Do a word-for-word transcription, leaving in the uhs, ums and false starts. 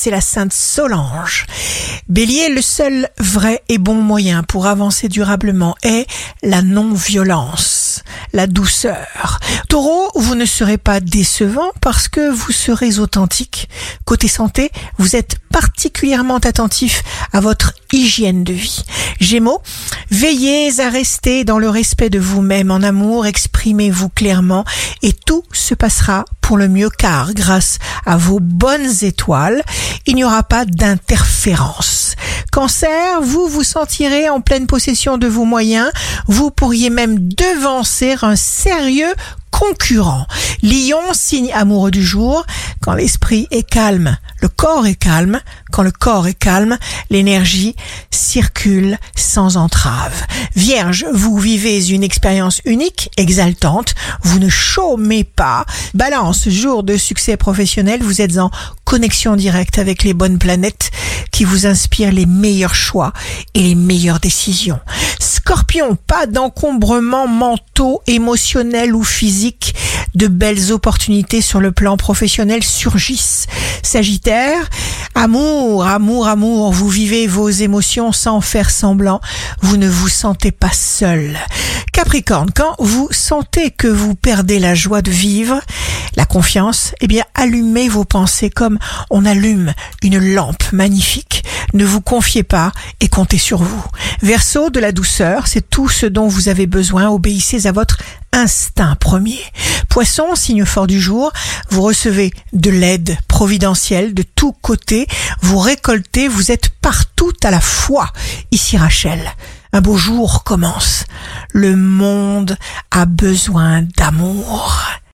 c'est la sainte Solange. Bélier, le seul vrai et bon moyen pour avancer durablement est la non-violence, la douceur. Taureau, vous ne serez pas décevant parce que vous serez authentique. Côté santé, vous êtes particulièrement attentif à votre hygiène de vie. Gémeaux, veillez à rester dans le respect de vous-même en amour, exprimez-vous clairement et tout se passera pour le mieux car grâce à vos bonnes étoiles, il n'y aura pas d'interférence. Cancer, vous vous sentirez en pleine possession de vos moyens, vous pourriez même devancer un sérieux concurrent. Lion, signe amoureux du jour, quand l'esprit est calme, le corps est calme. Quand le corps est calme, l'énergie circule sans entrave. Vierge, vous vivez une expérience unique, exaltante, vous ne chômez pas. Balance, jour de succès professionnel, vous êtes en connexion directe avec les bonnes planètes qui vous inspirent les meilleurs choix et les meilleures décisions. Scorpion, pas d'encombrement mentaux, émotionnel ou physique. De belles opportunités sur le plan professionnel surgissent. Sagittaire, amour, amour, amour, vous vivez vos émotions sans faire semblant, vous ne vous sentez pas seul. Capricorne, quand vous sentez que vous perdez la joie de vivre, la confiance, eh bien allumez vos pensées comme on allume une lampe magnifique. Ne vous confiez pas et comptez sur vous. Verseau, de la douceur, c'est tout ce dont vous avez besoin, obéissez à votre instinct premier. Poisson, signe fort du jour, vous recevez de l'aide providentielle de tous côtés, vous récoltez, vous êtes partout à la fois. Ici Rachel, un beau jour commence. Le monde a besoin d'amour.